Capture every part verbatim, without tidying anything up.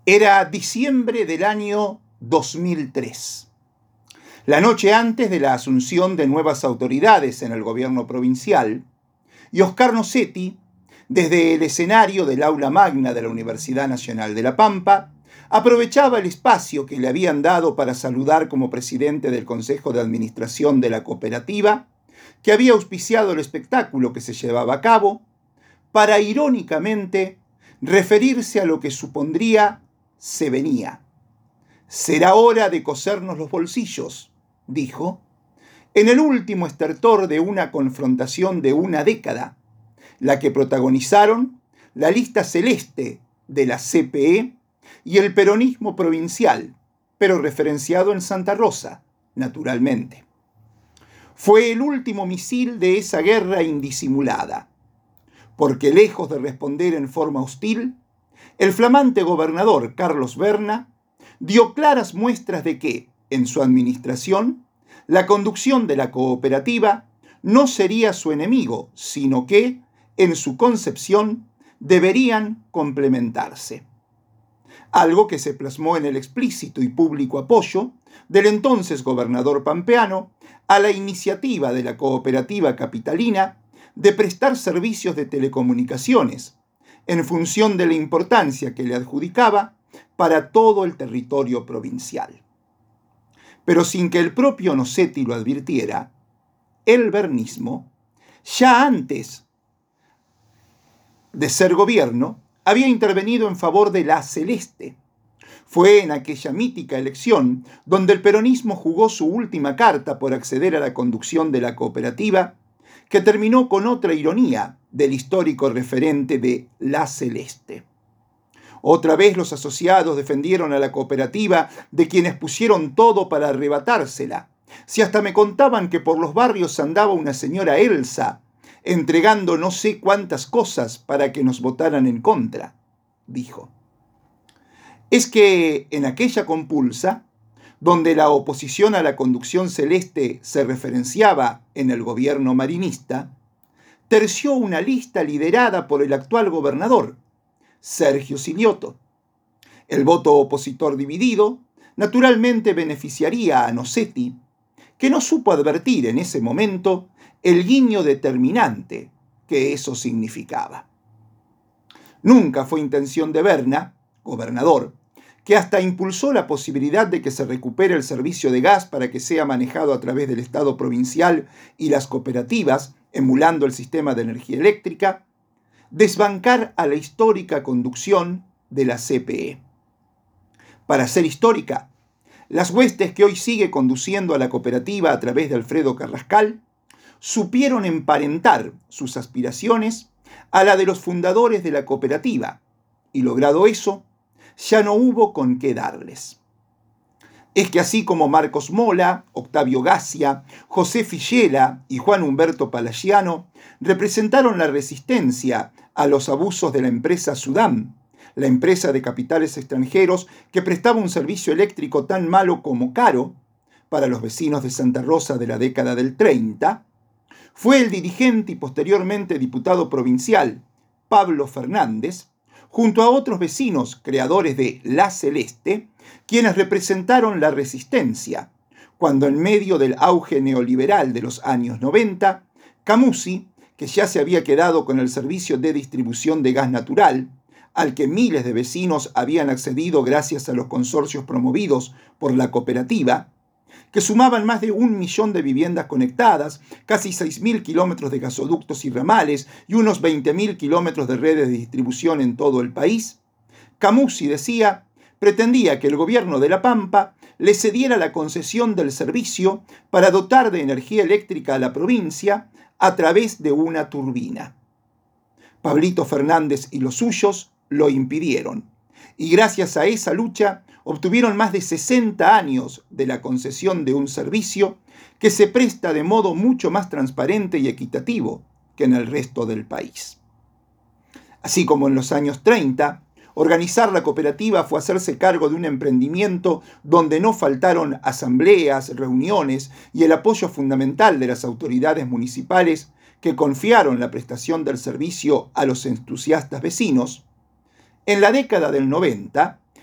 Era diciembre del año dos mil tres. La noche antes de la asunción de nuevas autoridades en el gobierno provincial, y Oscar Nocetti, desde el escenario del aula magna de la Universidad Nacional de La Pampa, aprovechaba el espacio que le habían dado para saludar como presidente del Consejo de Administración de la cooperativa, que había auspiciado el espectáculo que se llevaba a cabo, para irónicamente referirse a lo que supondría se venía. «Será hora de cosernos los bolsillos», dijo, en el último estertor de una confrontación de una década, la que protagonizaron la lista celeste de la C P E y el peronismo provincial, pero referenciado en Santa Rosa, naturalmente. Fue el último misil de esa guerra indisimulada, porque lejos de responder en forma hostil, el flamante gobernador Carlos Berna dio claras muestras de que, en su administración, la conducción de la cooperativa no sería su enemigo, sino que, en su concepción, deberían complementarse. Algo que se plasmó en el explícito y público apoyo del entonces gobernador pampeano a la iniciativa de la cooperativa capitalina de prestar servicios de telecomunicaciones, en función de la importancia que le adjudicaba para todo el territorio provincial. Pero sin que el propio Nocetti lo advirtiera, el bernismo, ya antes de ser gobierno, había intervenido en favor de la Celeste. Fue en aquella mítica elección donde el peronismo jugó su última carta por acceder a la conducción de la cooperativa, que terminó con otra ironía del histórico referente de la Celeste. Otra vez los asociados defendieron a la cooperativa de quienes pusieron todo para arrebatársela. Si hasta me contaban que por los barrios andaba una señora Elsa, entregando no sé cuántas cosas para que nos votaran en contra, dijo. Es que en aquella compulsa, donde la oposición a la conducción celeste se referenciaba en el gobierno marinista, terció una lista liderada por el actual gobernador, Sergio Silioto. El voto opositor dividido naturalmente beneficiaría a Nocetti, que no supo advertir en ese momento el guiño determinante que eso significaba. Nunca fue intención de Berna, gobernador, que hasta impulsó la posibilidad de que se recupere el servicio de gas para que sea manejado a través del Estado provincial y las cooperativas, emulando el sistema de energía eléctrica, desbancar a la histórica conducción de la C P E. Para ser histórica, las huestes que hoy sigue conduciendo a la cooperativa a través de Alfredo Carrascal supieron emparentar sus aspiraciones a la de los fundadores de la cooperativa, y logrado eso, ya no hubo con qué darles. Es que así como Marcos Mola, Octavio Gacia, José Fillela y Juan Humberto Palagiano representaron la resistencia a los abusos de la empresa Sudam, la empresa de capitales extranjeros que prestaba un servicio eléctrico tan malo como caro para los vecinos de Santa Rosa de la década del treinta, fue el dirigente y posteriormente diputado provincial Pablo Fernández, junto a otros vecinos creadores de La Celeste, quienes representaron la resistencia, cuando en medio del auge neoliberal de los años noventa, Camusi, que ya se había quedado con el servicio de distribución de gas natural, al que miles de vecinos habían accedido gracias a los consorcios promovidos por la cooperativa, que sumaban más de un millón de viviendas conectadas, casi seis mil kilómetros de gasoductos y ramales y unos veinte mil kilómetros de redes de distribución en todo el país, Camusi decía, pretendía que el gobierno de La Pampa le cediera la concesión del servicio para dotar de energía eléctrica a la provincia a través de una turbina. Pablito Fernández y los suyos lo impidieron, y gracias a esa lucha obtuvieron más de sesenta años de la concesión de un servicio que se presta de modo mucho más transparente y equitativo que en el resto del país. Así como en los años treinta, organizar la cooperativa fue hacerse cargo de un emprendimiento donde no faltaron asambleas, reuniones y el apoyo fundamental de las autoridades municipales que confiaron la prestación del servicio a los entusiastas vecinos. En la década del noventa,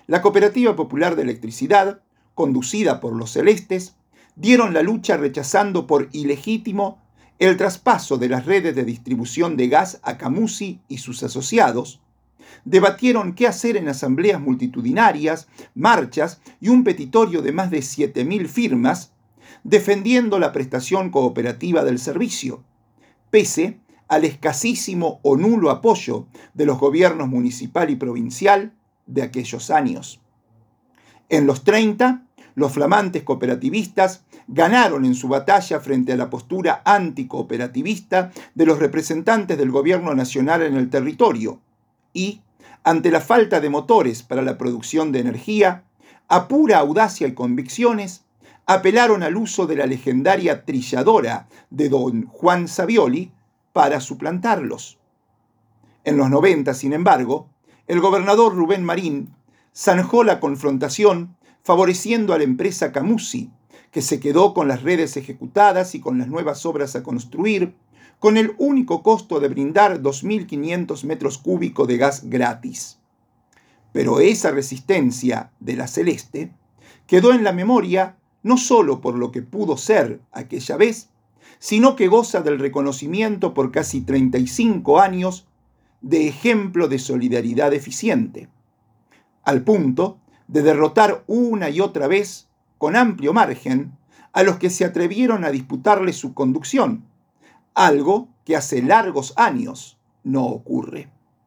la Cooperativa Popular de Electricidad, conducida por los Celestes, dieron la lucha rechazando por ilegítimo el traspaso de las redes de distribución de gas a Camusi y sus asociados, debatieron qué hacer en asambleas multitudinarias, marchas y un petitorio de más de siete mil firmas, defendiendo la prestación cooperativa del servicio, pese al escasísimo o nulo apoyo de los gobiernos municipal y provincial de aquellos años. En los treinta, los flamantes cooperativistas ganaron en su batalla frente a la postura anticooperativista de los representantes del gobierno nacional en el territorio y, ante la falta de motores para la producción de energía, a pura audacia y convicciones, apelaron al uso de la legendaria trilladora de don Juan Savioli para suplantarlos. En los noventa, sin embargo, el gobernador Rubén Marín zanjó la confrontación favoreciendo a la empresa Camusi, que se quedó con las redes ejecutadas y con las nuevas obras a construir, con el único costo de brindar dos mil quinientos metros cúbicos de gas gratis. Pero esa resistencia de la Celeste quedó en la memoria no solo por lo que pudo ser aquella vez, sino que goza del reconocimiento por casi treinta y cinco años de ejemplo de solidaridad eficiente, al punto de derrotar una y otra vez, con amplio margen, a los que se atrevieron a disputarle su conducción, algo que hace largos años no ocurre.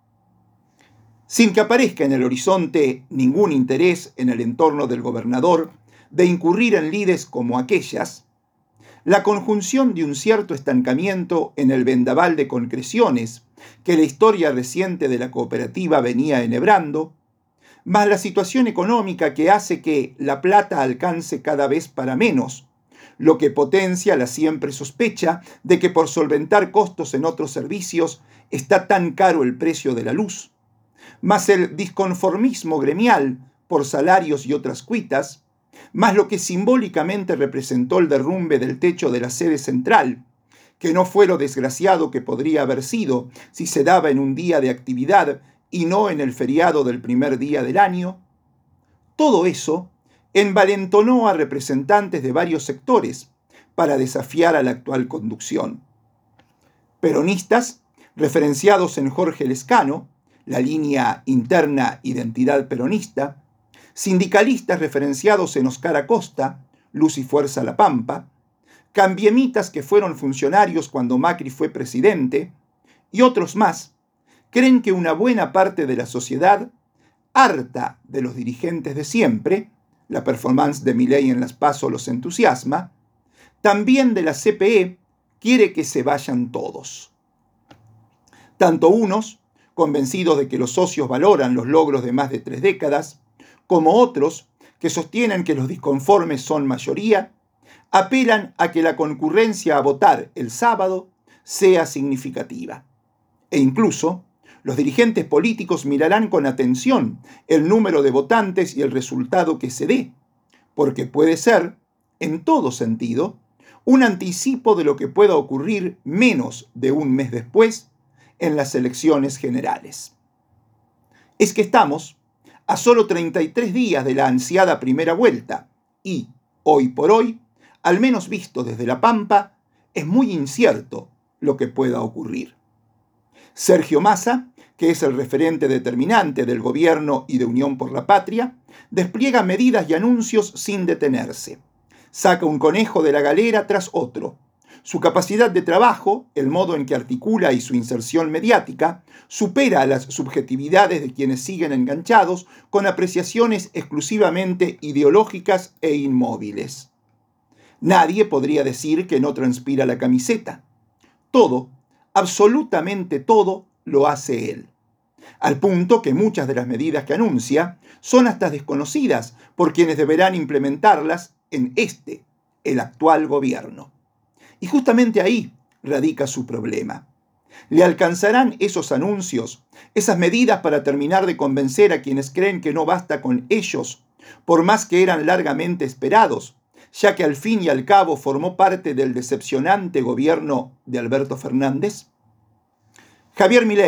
Sin que aparezca en el horizonte ningún interés en el entorno del gobernador de incurrir en lides como aquellas, la conjunción de un cierto estancamiento en el vendaval de concreciones que la historia reciente de la cooperativa venía enhebrando, más la situación económica que hace que la plata alcance cada vez para menos, lo que potencia la siempre sospecha de que por solventar costos en otros servicios está tan caro el precio de la luz, más el disconformismo gremial por salarios y otras cuitas, más lo que simbólicamente representó el derrumbe del techo de la sede central, que no fue lo desgraciado que podría haber sido si se daba en un día de actividad y no en el feriado del primer día del año, todo eso envalentonó a representantes de varios sectores para desafiar a la actual conducción. Peronistas, referenciados en Jorge Lescano, la línea interna Identidad Peronista, sindicalistas referenciados en Oscar Acosta, Luz y Fuerza La Pampa, cambiemitas que fueron funcionarios cuando Macri fue presidente, y otros más, creen que una buena parte de la sociedad, harta de los dirigentes de siempre, la performance de Milei en las PASO los entusiasma, también de la C P E quiere que se vayan todos. Tanto unos, convencidos de que los socios valoran los logros de más de tres décadas, como otros, que sostienen que los disconformes son mayoría, apelan a que la concurrencia a votar el sábado sea significativa. E incluso, los dirigentes políticos mirarán con atención el número de votantes y el resultado que se dé, porque puede ser, en todo sentido, un anticipo de lo que pueda ocurrir menos de un mes después en las elecciones generales. Es que estamos a solo treinta y tres días de la ansiada primera vuelta y, hoy por hoy, al menos visto desde La Pampa, es muy incierto lo que pueda ocurrir. Sergio Massa, que es el referente determinante del gobierno y de Unión por la Patria, despliega medidas y anuncios sin detenerse. Saca un conejo de la galera tras otro. Su capacidad de trabajo, el modo en que articula y su inserción mediática, supera a las subjetividades de quienes siguen enganchados con apreciaciones exclusivamente ideológicas e inmóviles. Nadie podría decir que no transpira la camiseta. Todo, absolutamente todo, lo hace él. Al punto que muchas de las medidas que anuncia son hasta desconocidas por quienes deberán implementarlas en este, el actual gobierno. Y justamente ahí radica su problema. ¿Le alcanzarán esos anuncios, esas medidas para terminar de convencer a quienes creen que no basta con ellos, por más que eran largamente esperados, ya que al fin y al cabo formó parte del decepcionante gobierno de Alberto Fernández? Javier Milei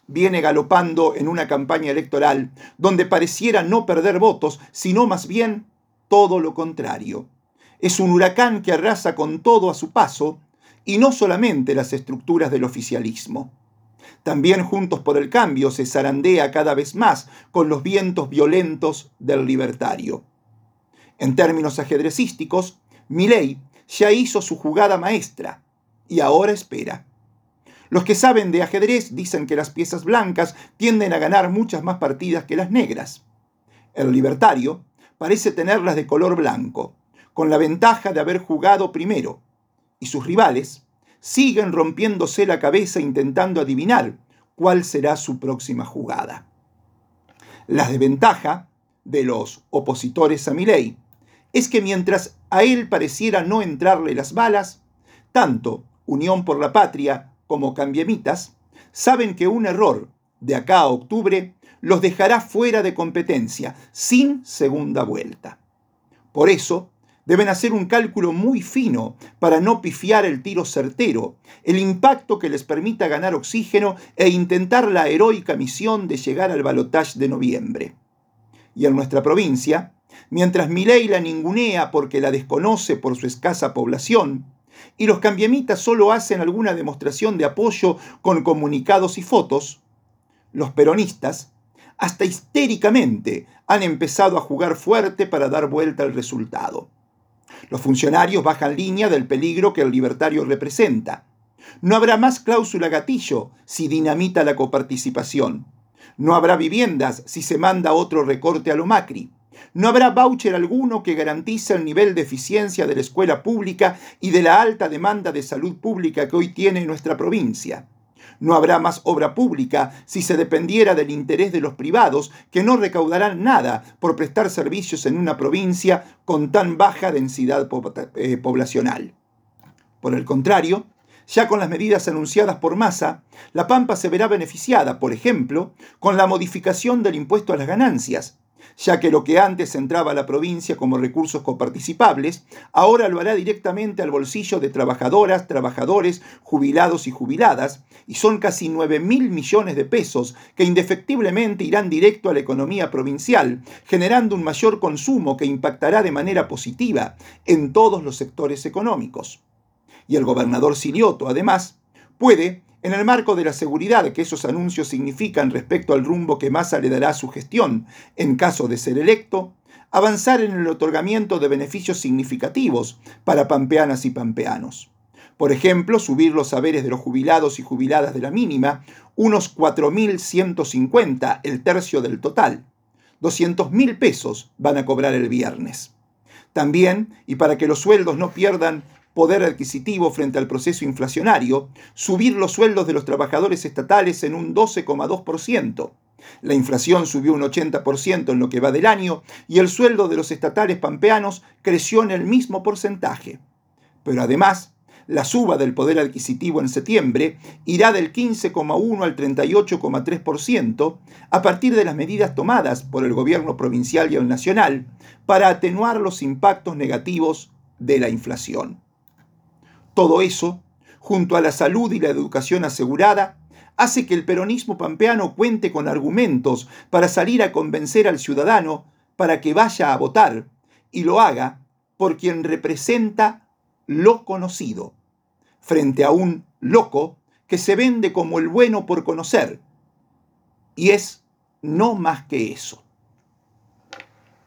viene galopando en una campaña electoral donde pareciera no perder votos, sino más bien todo lo contrario. Es un huracán que arrasa con todo a su paso, y no solamente las estructuras del oficialismo. También Juntos por el Cambio se zarandea cada vez más con los vientos violentos del libertario. En términos ajedrecísticos, Milei ya hizo su jugada maestra y ahora espera. Los que saben de ajedrez dicen que las piezas blancas tienden a ganar muchas más partidas que las negras. El libertario parece tenerlas de color blanco, con la ventaja de haber jugado primero, y sus rivales siguen rompiéndose la cabeza intentando adivinar cuál será su próxima jugada. La desventaja de los opositores a Milei es que mientras a él pareciera no entrarle las balas, tanto Unión por la Patria como Cambiemitas saben que un error de acá a octubre los dejará fuera de competencia, sin segunda vuelta. Por eso, deben hacer un cálculo muy fino para no pifiar el tiro certero, el impacto que les permita ganar oxígeno e intentar la heroica misión de llegar al balotaje de noviembre. Y en nuestra provincia, mientras Milei la ningunea porque la desconoce por su escasa población, y los cambiemitas solo hacen alguna demostración de apoyo con comunicados y fotos, los peronistas, hasta histéricamente, han empezado a jugar fuerte para dar vuelta al resultado. Los funcionarios bajan línea del peligro que el libertario representa. No habrá más cláusula gatillo si dinamita la coparticipación. No habrá viviendas si se manda otro recorte a lo Macri. No habrá voucher alguno que garantice el nivel de eficiencia de la escuela pública y de la alta demanda de salud pública que hoy tiene nuestra provincia. No habrá más obra pública si se dependiera del interés de los privados, que no recaudarán nada por prestar servicios en una provincia con tan baja densidad poblacional. Por el contrario, ya con las medidas anunciadas por Massa, La Pampa se verá beneficiada, por ejemplo, con la modificación del impuesto a las ganancias, ya que lo que antes entraba a la provincia como recursos coparticipables, ahora lo hará directamente al bolsillo de trabajadoras, trabajadores, jubilados y jubiladas, y son casi nueve mil millones de pesos que indefectiblemente irán directo a la economía provincial, generando un mayor consumo que impactará de manera positiva en todos los sectores económicos. Y el gobernador Silioto, además, puede, en el marco de la seguridad que esos anuncios significan respecto al rumbo que Massa le dará a su gestión en caso de ser electo, avanzar en el otorgamiento de beneficios significativos para pampeanas y pampeanos. Por ejemplo, subir los saberes de los jubilados y jubiladas de la mínima, unos cuatro mil ciento cincuenta, el tercio del total. doscientos mil pesos van a cobrar el viernes. También, y para que los sueldos no pierdan poder adquisitivo frente al proceso inflacionario, subir los sueldos de los trabajadores estatales en un doce coma dos por ciento. La inflación subió un ochenta por ciento en lo que va del año y el sueldo de los estatales pampeanos creció en el mismo porcentaje. Pero además, la suba del poder adquisitivo en septiembre irá del quince coma uno al treinta y ocho coma tres por ciento a partir de las medidas tomadas por el gobierno provincial y el nacional para atenuar los impactos negativos de la inflación. Todo eso, junto a la salud y la educación asegurada, hace que el peronismo pampeano cuente con argumentos para salir a convencer al ciudadano para que vaya a votar y lo haga por quien representa lo conocido, frente a un loco que se vende como el bueno por conocer, y es no más que eso.